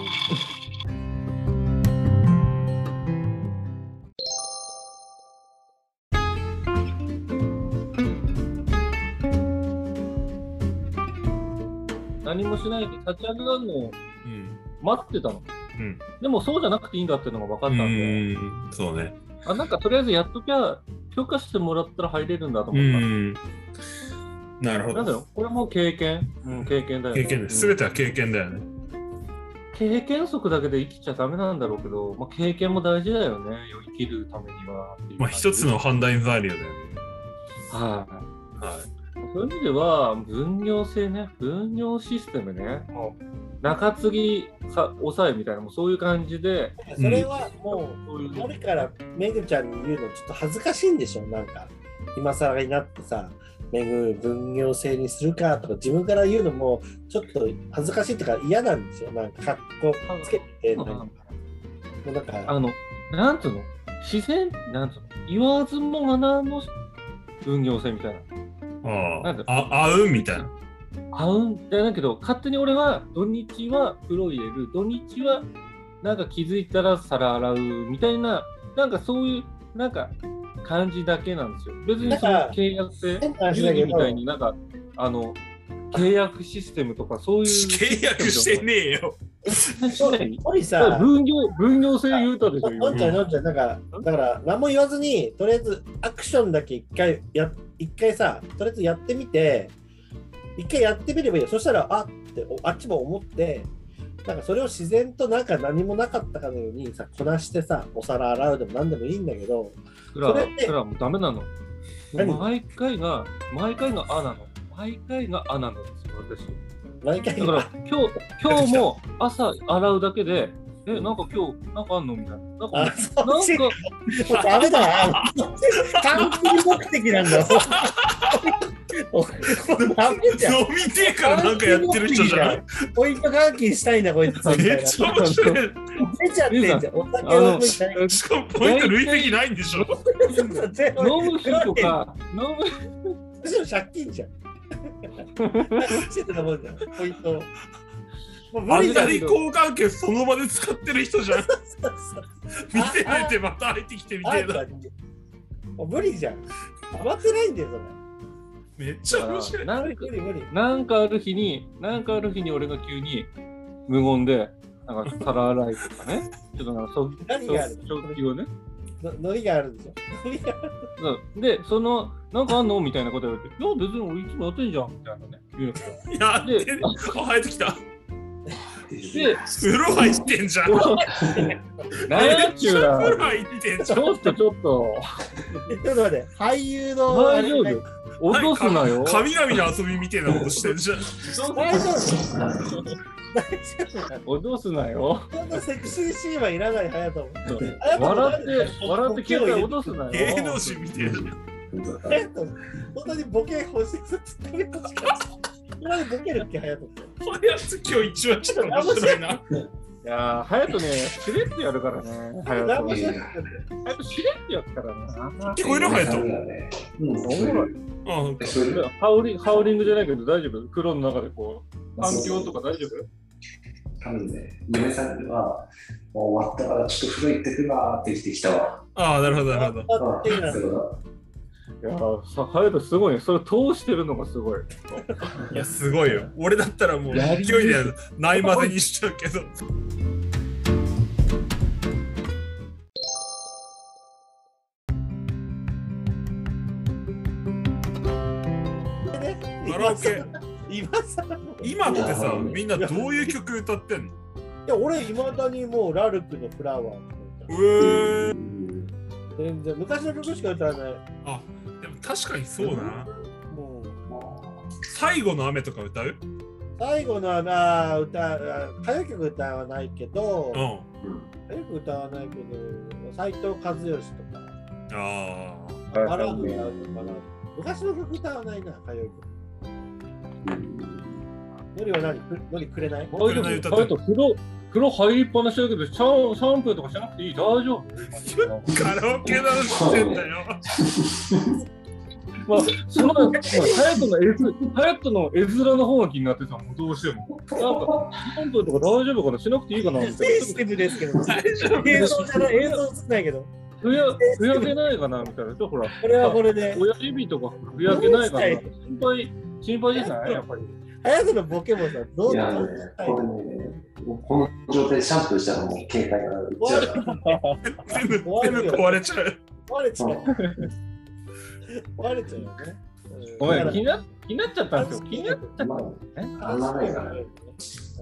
Speaker 2: 何もしないで立ち上がるのを
Speaker 3: うん。
Speaker 2: 待ってたの。
Speaker 3: うん。
Speaker 2: でもそうじゃなくていいんだっていうのが分かったんで、
Speaker 3: うん。そうね。
Speaker 2: あ、なんかとりあえずやっときゃ、許可してもらったら入れるんだと
Speaker 3: う
Speaker 2: 思った。
Speaker 3: ん。なるほど。
Speaker 2: なんだろう、これも経験、うん、経験だよね。
Speaker 3: 経験です。す
Speaker 2: うん
Speaker 3: べては経験だよね。
Speaker 2: 経験則だけで生きちゃダメなんだろうけど、まあ、経験も大事だよね、生きるためにはっていう
Speaker 3: まあ
Speaker 2: 感じ。
Speaker 3: 一つの判断材料だよね。
Speaker 2: はい。
Speaker 3: は
Speaker 2: そういう意味では、分業制ね、分業システムね、もう中継ぎさ抑えみたいな、もうそういう感じで、
Speaker 4: それはもう、
Speaker 2: そういう
Speaker 4: ノリからめぐちゃんに言うのちょっと恥ずかしいんでしょ、なんか。今更になってさ、めぐ分業制にするかとか自分から言うのもちょっと恥ずかしいっていうか嫌なんですよ。なんか格好つけて、なんかもうなんか
Speaker 2: あの、なんつうの、自然、なんつうの、言わずもがなの分業制みたいな。
Speaker 3: い。あ
Speaker 2: なんだ
Speaker 3: あ。あ、合うみたいな。
Speaker 2: 合うんじゃないけど、勝手に俺は土日は風呂入れる、土日はなんか気づいたら皿洗うみたいな、なんかそういう、なんか感じだけなんですよ。別にその契約性、
Speaker 4: 変な話
Speaker 2: 遊
Speaker 4: だけど
Speaker 2: 戯みたいになんか、あの、契約システムとかそういう。
Speaker 3: 契約してねえよ。
Speaker 2: しない
Speaker 4: ノリさ、
Speaker 2: 分業、分業制言うたでしょ、
Speaker 4: のんちゃんのんちゃんなんかだから何も言わずにとりあえずアクションだけ一回や一回さとりあえずやってみて一回やってみればいいよ。そしたらあってあっちも思ってなんかそれを自然となんか何もなかったかのようにさこなしてさお皿洗うでも何でもいいんだけど
Speaker 2: それは、
Speaker 4: それって
Speaker 2: それはもうダメなの。
Speaker 4: 何
Speaker 2: 毎回が、毎回があなの。毎回があなのですよ、私。
Speaker 4: 毎回
Speaker 2: だから今日、今日も朝洗うだけで、え、なんか今日、なんかあんのみたいな。なんか、
Speaker 4: あ
Speaker 2: なん
Speaker 4: そっちも
Speaker 2: か、
Speaker 4: うダメだ完璧目的なんだもうダメじゃん
Speaker 3: 飲みてえからなんかやってる人じゃん。
Speaker 4: ポイント換金したいんだこいつみたいな
Speaker 3: めっちゃ面白い。
Speaker 4: 出ちゃってんじゃんお酒を飲みたい
Speaker 3: しかもポイント類的ないんでしょ。
Speaker 2: 飲む日とか、飲む、
Speaker 4: むしろ借金じゃん。してたもんじゃん、ポイント。もう無
Speaker 3: あ
Speaker 4: 理じゃん。
Speaker 3: んなに交換券その場で使ってる人じゃん。見てないでまた入ってきてみてえな。
Speaker 4: もう無理じゃん。待ってないんだよ、そ
Speaker 3: めっちゃ面白い。
Speaker 2: なん
Speaker 4: れ。無理無理。
Speaker 2: なんかある日に、なんかある日に俺が急に無言で、なんか皿洗いとかね、ちょっとなんかそ
Speaker 4: 何がある
Speaker 2: 食器をね、
Speaker 4: のノリがあるんでしょ。ノリがある。
Speaker 2: うんで、その、なんかあんのみたいなこと言われて、いや、別に俺いつもやってんじゃんみたいなね、言うんだけど。
Speaker 3: やってる。あ、入ってきた。
Speaker 2: で、
Speaker 3: 風呂入ってんじゃん。
Speaker 2: 何やっちゅうな。
Speaker 3: めっちゃ風呂入ってんじゃん。
Speaker 2: ちょっとちょっと。
Speaker 4: ちょっと待って、俳優の。
Speaker 2: 大丈夫。脅すなよ。
Speaker 3: 神々の遊びみたいなことしてんじゃん。
Speaker 4: 大丈夫大丈夫なの
Speaker 2: 脅すなよ。
Speaker 4: そんなセクシーシーンはいらない、隼人。
Speaker 2: 笑って、笑って携帯脅すなよ。
Speaker 3: 芸能人みたいな。
Speaker 4: 隼人、本当にボケ欲しいつってほしかった。今でボケるっけ、隼人って。
Speaker 3: これやつ今日一番ちょっと面白いな。
Speaker 2: いやー、隼人ね、しれっとやるからね。隼
Speaker 4: 何もし
Speaker 2: 人。
Speaker 4: なかったんだよ。
Speaker 2: 隼人しれっとやったからな。
Speaker 3: 聞こえる隼人。
Speaker 1: うん、
Speaker 2: おもろい。
Speaker 3: ああ、
Speaker 1: えそれで
Speaker 2: ハウリング、ハウリングじゃないけど大丈夫？黒の中でこう、環境とか大丈夫？
Speaker 1: 多分ね、嫁さんには、もう終わったからちょっと風呂行ってくるわって言ってきたわ。
Speaker 3: ああ、なるほど、なるほど。
Speaker 4: あっていうのは
Speaker 1: そうだ
Speaker 2: いやー、さ、隼人すごいね。それ通してるのがすごい。
Speaker 3: いや、すごいよ。俺だったらもう
Speaker 2: やり
Speaker 3: 勢いでないまぜにしちゃうけど。カラオケ、
Speaker 4: 今さ、
Speaker 3: 今ってさ、みんなどういう曲歌ってんの？
Speaker 4: いや、俺、いまだにもうラルクのフラワー。
Speaker 3: うえー。
Speaker 4: 全然、昔の曲しか歌わない。
Speaker 3: あ、でも確かにそうだな。
Speaker 4: もう、
Speaker 3: 最後の雨とか歌う？
Speaker 4: 最後のな歌、歌謡曲歌わないけど、
Speaker 3: うん。
Speaker 4: 歌謡曲歌わないけど、斉藤和義とか、
Speaker 3: あ
Speaker 4: バラード歌うとかな。昔の曲歌わないな、歌謡曲。のりは何くのりくれない
Speaker 2: 大丈夫。隼人風呂、風呂入りっぱなしだけど、シャン、シャンプーとかしなくていい。大丈夫。
Speaker 3: あ。カラオケの話してんだよ。
Speaker 2: まあ、その、まあ、隼人の絵図、隼人の絵面の方が気になってさ、もうどうしても。なんか、シャンプーとか大丈夫かな、しなくていいかなみたい
Speaker 4: センシティブですけど、
Speaker 3: 大丈夫。
Speaker 4: 映像じゃない、映像映んないけど、
Speaker 2: ふや、ふやけないかなみたいな。ちょっとほら、
Speaker 4: これはこれで、
Speaker 2: 親指とかふやけないかな。心配、心配じゃないやっぱり。
Speaker 4: 早くのボケもさ、どう
Speaker 1: いやね、これね、この状態でシャンプーしたらもう携帯がいっちゃうから。
Speaker 3: 全部、全部壊れちゃう。
Speaker 4: 壊れちゃう。壊れちゃうよね。
Speaker 2: ごめん、気にな気になっちゃったんですよ。気になっちゃった。
Speaker 1: まあ、
Speaker 2: ね
Speaker 1: あんまないから。
Speaker 2: す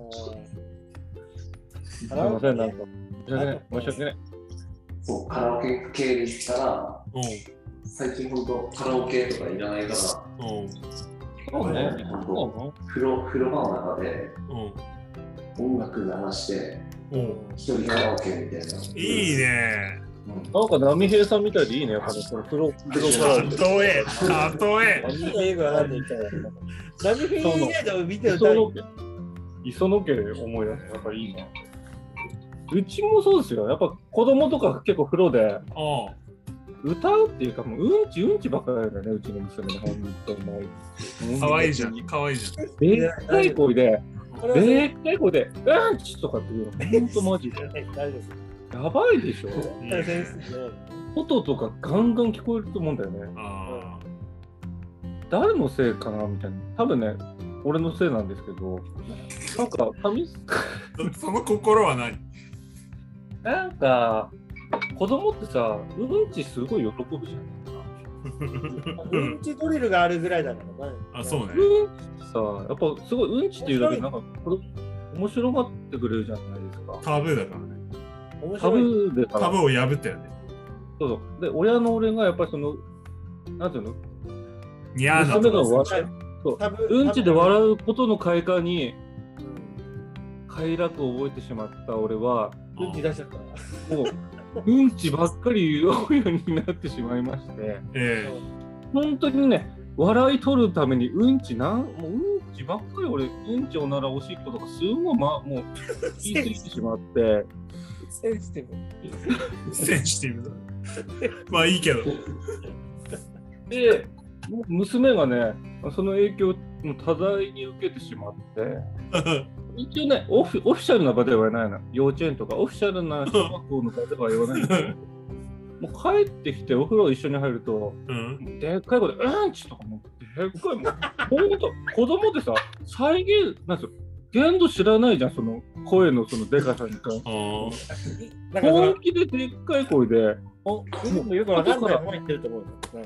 Speaker 2: みません、なんか。申し訳ない。申し訳ない。
Speaker 1: そう、カラオケ系で言ったら、
Speaker 3: うん。
Speaker 1: 最近ほんとカラオケとかいらないから、
Speaker 3: うん。
Speaker 2: そうね。
Speaker 1: ほんと風呂、風呂場の中で
Speaker 3: うん。
Speaker 1: 音楽流して、
Speaker 3: うん。
Speaker 1: 一人カラオケみたいな。
Speaker 3: いいね。
Speaker 2: なんか波平さんみたいでいいね。やっぱりこの風呂、風呂から。
Speaker 3: 例え、例え。
Speaker 4: 何がよくわかんないから。何フィー以外でも見てる
Speaker 2: 磯野家、磯野家思い出す。やっぱりいいな。うちもそうですよ。やっぱ子供とか結構風呂で
Speaker 3: ああ。
Speaker 2: 歌うっていうか、もううんちうんちばっかりだよね、うちの娘の本当にもう。
Speaker 3: かわいいじゃん。かわいいじゃん。
Speaker 2: でっかい声で、
Speaker 4: これは
Speaker 2: でっかい声で、うんちとかっていうの、ほんとマジで。
Speaker 4: 大丈
Speaker 2: やばいでしょ。
Speaker 4: 夫。大丈夫。
Speaker 2: 音とかガンガン聞こえると思うんだよね。
Speaker 3: あ
Speaker 2: 誰のせいかなみたいな。多分ね、俺のせいなんですけど、なんか、髪す
Speaker 3: あ。その心は何？
Speaker 2: なんか、子供ってさ、うんちすごい喜ぶじゃん。
Speaker 4: うんちドリルがあるぐらいだからね。
Speaker 3: あ、そうね。
Speaker 2: うんちさ、やっぱすごいうんちっていうだけで、なんか子供面白がってくれるじゃないですか。
Speaker 3: タブーだからね。
Speaker 2: タブ
Speaker 4: 面白い。
Speaker 2: ーでさ、
Speaker 3: タブーを破ったよね。
Speaker 2: そうそう。で、親の俺がやっぱりその、なんていうの、
Speaker 3: にゃーな
Speaker 2: 娘が
Speaker 3: と。
Speaker 2: 笑そう
Speaker 4: 多分
Speaker 2: うんちで笑うことの快感に
Speaker 4: うん
Speaker 2: 快楽を覚えてしまった俺は、
Speaker 4: うんち出しちゃった。
Speaker 2: もう、うんちばっかり言うようになってしまいまして、
Speaker 3: え
Speaker 2: 本当にね、笑い取るためにうんちなん、もううんちばっかり俺、うんちおならおしっことかすごい、ま、もう言い過ぎてしまって、
Speaker 4: センシティブ。
Speaker 3: えセンシティブだ。まあいいけど。
Speaker 2: で、もう娘がね、その影響を多大に受けてしまって、一応ねオフ、オフィシャルな場では言わないの。幼稚園とかオフィシャルな小学校の場では言わないんだけど、もう帰ってきてお風呂一緒に入ると、
Speaker 3: うん。
Speaker 2: でっかい声で、うんちとかもう、でっかいもう、ほんと、子供でさ、再現、なんすよ、限度知らないじゃん、その声のそのでかさに関して。
Speaker 3: ああ。
Speaker 4: なんかその
Speaker 2: 本気ででっかい声で、
Speaker 4: おうんもよくわかんないまま言ってると思うよ。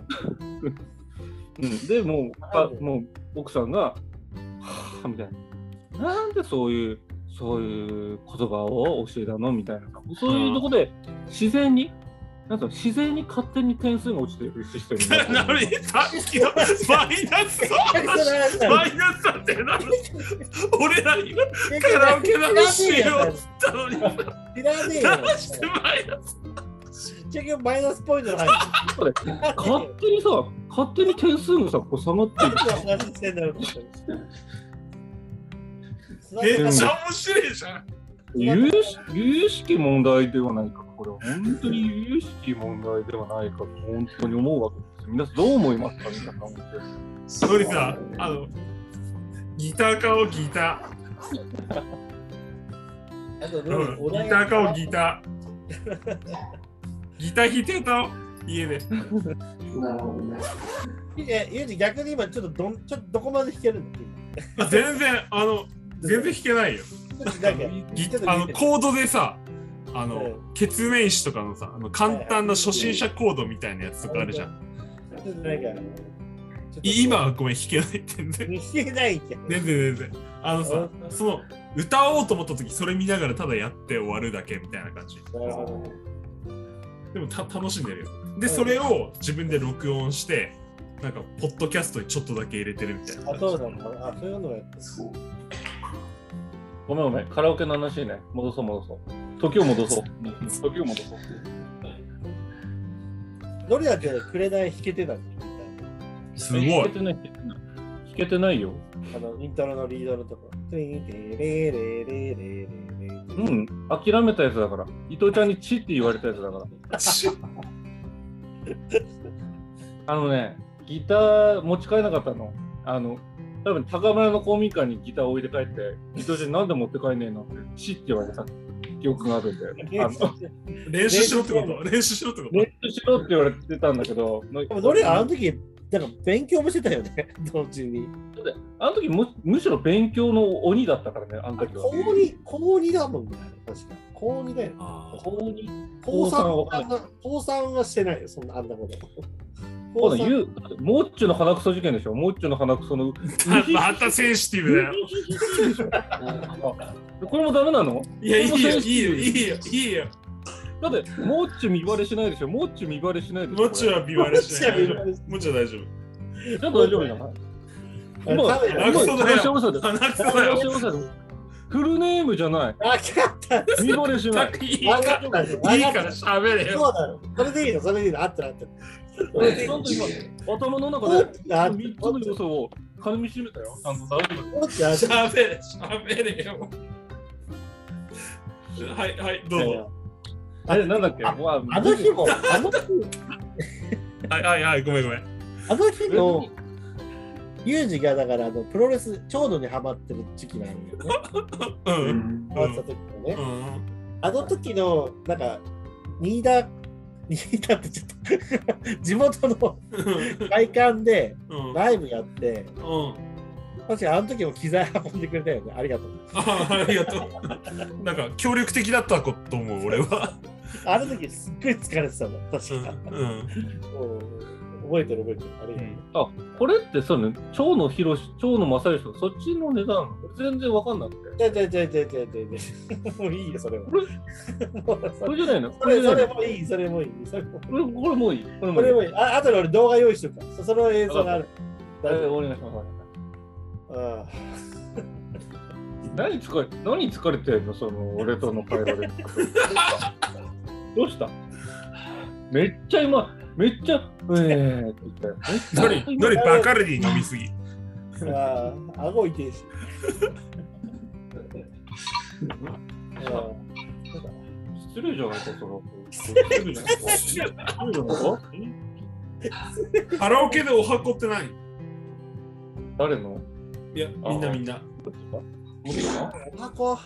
Speaker 2: うん、でもうあもう奥さんが、はぁみたいな。なんでそういうそういう言葉を教えたのみたいなさ、そういうとこで自然に、なんか自然に勝手に点数が落ちているシステムになってる。
Speaker 3: なにさっきのマイナスの話マイナスだってなる俺ら今カラオケの話しようっつったのに
Speaker 4: 知らねえよ。
Speaker 3: 何してマイナス
Speaker 4: 結局マイナスポイントの話。
Speaker 2: 勝手にさ、勝手に点数がさ、こう下がっていく。
Speaker 4: 話してんだろう。
Speaker 3: めっちゃ面白いじゃん。
Speaker 2: 有識有識問題ではないか、これは本当に有識問題ではないかと本当に思うわけですよ。皆さんどう思いますか、皆さん。
Speaker 3: それさ、あのギター買おうギタ
Speaker 4: あと
Speaker 3: ー、うん、ギター買おうギター。ギター弾いてた家で。
Speaker 4: いや、ゆうじ逆に今ちょっとどんちょっとどこまで弾けるの？
Speaker 3: 全然あの全然弾けないよ。ギあのコードでさ、あの、はい、ケツメイシとかのさ、あの簡単な初心者コードみたいなやつとかあるじゃん。今はごめん弾けない全然。弾けないけど。全然全然。あのさ、その歌おうと思った時それ見ながらただやって終わるだけみたいな感じ。でもた楽しんでるよ。で、それを自分で録音して、なんかポッドキャストにちょっとだけ入れてるみたいな。
Speaker 4: あ、そうなの。あ、そういうのやってる。
Speaker 2: ごめんごめん、カラオケの話ね。戻そう戻そう。時を戻そう。時を戻そう。
Speaker 4: どれだけくれない弾けてたの？
Speaker 3: すごい。
Speaker 2: 弾けてない。弾けてないよ。
Speaker 4: あの、イントロのリードのとこ。うん、
Speaker 2: 諦めたやつだから。伊藤ちゃんにチって言われたやつだから。あのね、ギター持ち帰れなかったの。あの、多分高村の公民館にギターを置いて帰って、伊藤ちゃんなんで持って帰んねえのって、チって言われた記憶があるんで。あの
Speaker 3: 練習しろってこと練習しろってこと
Speaker 2: 練習しろって言われてたんだけど。
Speaker 4: でもどれあの時、なんか勉強もしてたよね、同時に。
Speaker 2: あの時むむしろ勉強の鬼だったからね、あの時は。
Speaker 4: 高に、高にだもんね、確か。高にだよ。高に。高さんは、高さんはしてないよ、そんなあんなこと。
Speaker 2: モッチュの鼻くそ事件でしょ、モッチュの鼻くその。
Speaker 3: またセンシティブだよ。
Speaker 2: これもダメなの？
Speaker 3: いや、いいよ、いいよ、いいよ、いいよ。
Speaker 2: だって、モッチュ見バレしないでしょ、モッチュ見バレしないでしょ。
Speaker 3: モッチュは見バレしない。モッチュは大丈夫。
Speaker 2: ちょっと大丈夫だな。今、フルネームじゃない。
Speaker 4: あ、勝った。
Speaker 2: 見バレしない。
Speaker 3: いいから喋れよ。
Speaker 4: そうだろ。それでいいの、それでいいの。あったあった。
Speaker 2: 頭の中でみっつの要素を噛みしめたよ。ちゃんと大丈夫。
Speaker 3: しゃべれ、しゃべれよ。はいはい、どうぞ。
Speaker 2: あれ、なんだっけ、あの
Speaker 4: 日も、あの日
Speaker 3: はいはいはい、ごめんごめん。
Speaker 4: あの日のユージがだからあのプロレスちょうどにハマってる時期なんよね。
Speaker 3: うん。
Speaker 4: ハマった時のね。あの時のなんか新田新田ってちょっと地元の会館でライブやって、確かにあの時も機材運んでくれたよね。ありがとう。
Speaker 3: あありがとう。なんか協力的だったと思う俺は。
Speaker 4: あの時すっごい疲れてたの。確か。うん。覚えてる覚えてる。あれ、うん、
Speaker 2: あ、これってそうね、蝶野博士、蝶野正義とかそっちの値段全然わかんなくて。
Speaker 4: じゃじゃじゃじゃじゃじゃもういいよそれは。
Speaker 2: これそれじゃないの？
Speaker 4: それそれもいいそれもいい。それも
Speaker 2: これこれもいい。
Speaker 4: これもいい。もいい。あ、あとで俺動画用意しとくから。その映像がある。
Speaker 2: あれお願いします。ああ。何疲れ何疲れてんのその俺との会話で。どうした？めっちゃ今。めっちゃ、えーって言ったよ。
Speaker 3: どれ、どれバカルディ飲みすぎ。
Speaker 4: ああ、顎痛いし。
Speaker 2: 失礼じゃないか、その。失礼じゃないか。失礼じゃないか。
Speaker 3: カラオケでお箱って何？
Speaker 2: 誰の？
Speaker 3: いや、みんなみんな。
Speaker 4: お箱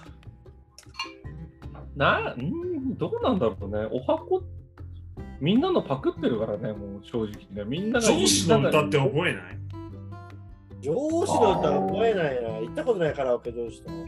Speaker 2: な、んどうなんだろうね。お箱って。みんなのパクってるからね、もう正直ね。みんなが
Speaker 3: 上司の歌って覚えない？
Speaker 4: 上司の歌覚えないな。行ったことないカラオケ上司と。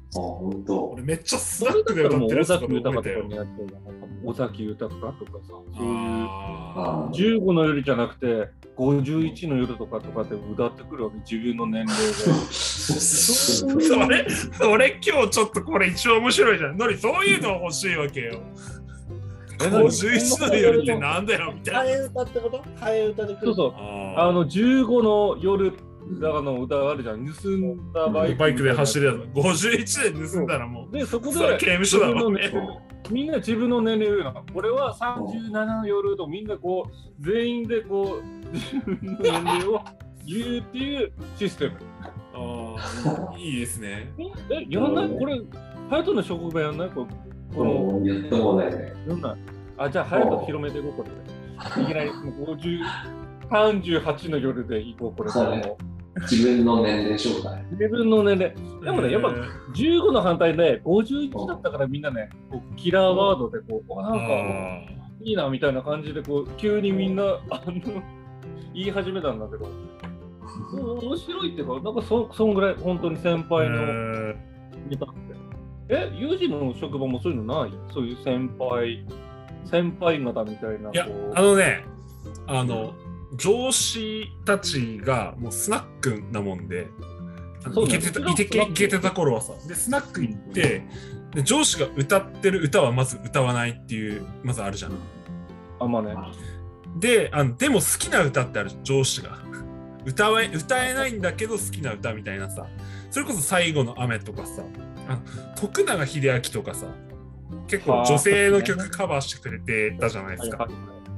Speaker 5: 本当。
Speaker 3: 俺めっちゃスナックで歌ってるやつとか
Speaker 2: 尾崎豊
Speaker 3: 覚えたよ。
Speaker 2: とかにやってる尾崎豊とかさ、そういう
Speaker 5: あ
Speaker 2: じゅうごの夜じゃなくてごじゅういちの夜とかとかで歌ってくるわけ、自分の年齢で。
Speaker 3: それ、それ今日ちょっとこれ一番面白いじゃん。のり、そういうの欲しいわけよ。ごじゅういちの夜ってなんだよみたいな。
Speaker 4: 替え歌ってこと？替え歌で来る。
Speaker 2: そうそう。あのじゅうごの夜だからの歌あるじゃん。盗んだバイク。
Speaker 3: バイクで走るやつ。ごじゅういちで盗んだらもう。
Speaker 2: で、そこ
Speaker 3: それ
Speaker 2: で
Speaker 3: 刑務所だもんね。
Speaker 2: みんな自分の年齢を言うの。俺はさんじゅうななの夜とみんなこう全員でこう自分の年齢を言うっていうシステム。
Speaker 3: ああ、いいですね。
Speaker 2: え、やんないこれ、ハヤトの職場やんないこ
Speaker 5: このやってもないね。
Speaker 2: やんないあ、じゃあハヤト広めていこう、これ。いきなりごじゅう、さんじゅうはちの夜でいこう、これ。
Speaker 5: そうね。自分の年齢紹介。
Speaker 2: 自分の年齢。でもね、やっぱじゅうごの反対でごじゅういちだったからみんなね、こうキラーワードでこう、なんかいいなみたいな感じでこう、急にみんなあの言い始めたんだけど、面白いっていうか、なんかそそんぐらい本当に先輩のネタって。え、ユージの職場もそういうのない？そういう先輩、先輩方みたいな。
Speaker 3: いや、あのね、あの、上司たちがもうスナックなもんで、
Speaker 2: そうね
Speaker 3: いけてた、いけていけてた頃はさ、で、スナック行って、で上司が歌ってる歌はまず歌わないっていう、まずあるじゃん。
Speaker 2: あ、まあね。
Speaker 3: で、あのでも好きな歌ってある、上司が。歌え、歌えないんだけど好きな歌みたいなさ、それこそ最後の雨とかさ、あの徳永英明とかさ、結構女性の曲カバーしてくれてたじゃないですか。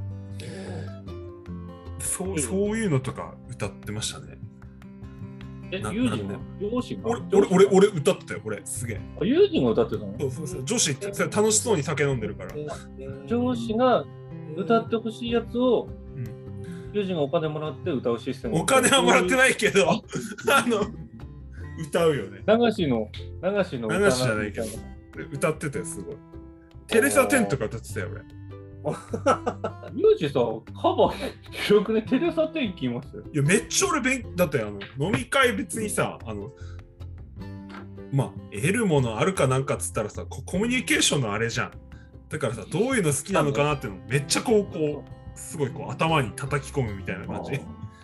Speaker 3: そう、そういうのとか歌ってましたね。
Speaker 2: え、
Speaker 3: な
Speaker 2: ユージ
Speaker 3: なん
Speaker 2: の上司が
Speaker 3: 俺、俺、俺、俺歌ってたよ、俺、すげえ。
Speaker 2: あ、ユージが歌ってたの？
Speaker 3: そうそうそう、女子ってそれ楽しそうに酒飲んでるから。
Speaker 2: 上司が歌ってほしいやつを、
Speaker 3: うん、
Speaker 2: ユージがお金もらって歌うシステム。
Speaker 3: お金はもらってないけど、あの、歌うよね。
Speaker 2: 流しの、流しの歌
Speaker 3: 流しじゃないけど、歌ってたよ、すごい。テレサ・テンとか歌ってたよ、俺。
Speaker 2: ユージさ、カバー広くね、テレサテン来ますよ。
Speaker 3: いや、めっちゃ俺勉、だってあの、飲み会別にさ、あの、まあ、得るものあるかなんかっつったらさ、ココミュニケーションのあれじゃん。だからさ、どういうの好きなのかなっていうのめっちゃこう、こう、すごいこう頭に叩き込むみたいな感じ。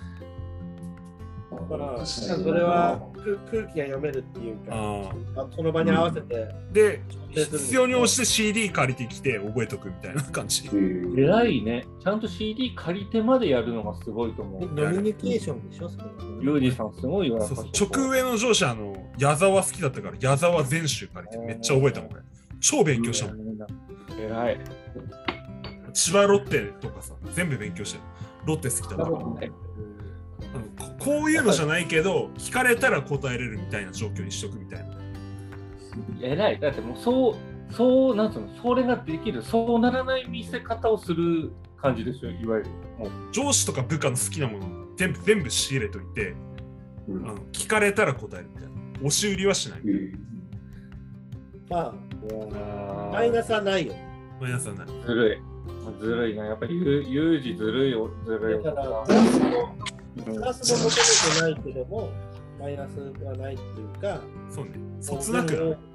Speaker 4: だからそれは空気が読めるっていうか、あその場に合わせて、
Speaker 3: で、必要に応じて シーディー 借りてきて覚えとくみたいな感じ。
Speaker 2: 偉いね。ちゃんと シーディー 借りてまでやるのがすごいと思う。
Speaker 4: ノミニケーションでしょ、それ。
Speaker 2: ユージさんすごいわ。
Speaker 3: そうそう、直上の上司、あの、矢沢好きだったから、矢沢全集借りてめっちゃ覚えたもん、俺。超勉強したもん。
Speaker 2: 偉い。
Speaker 3: 千葉ロッテとかさ、全部勉強してる。ロッテ好きだったから。あのここういうのじゃないけど、聞かれたら答えれるみたいな状況にしとくみたいな。
Speaker 2: 偉い。だってもうそう、そう、なんつうの、それができる、そうならない見せ方をする感じですよ、いわゆる。もう
Speaker 3: 上司とか部下の好きなもの全部全部仕入れといて、うん、あの聞かれたら答えるみたいな。押し売りはしない。うん、
Speaker 4: まあ、マイナスはないよ。
Speaker 3: マイナスはない。
Speaker 2: ずるい。ずるいな。やっぱりユージずるいよ、ずるいよ。
Speaker 4: だからプラスも、プラスも求めてないけども、マイナスはないっていうか、
Speaker 3: そうね。そつなくなる。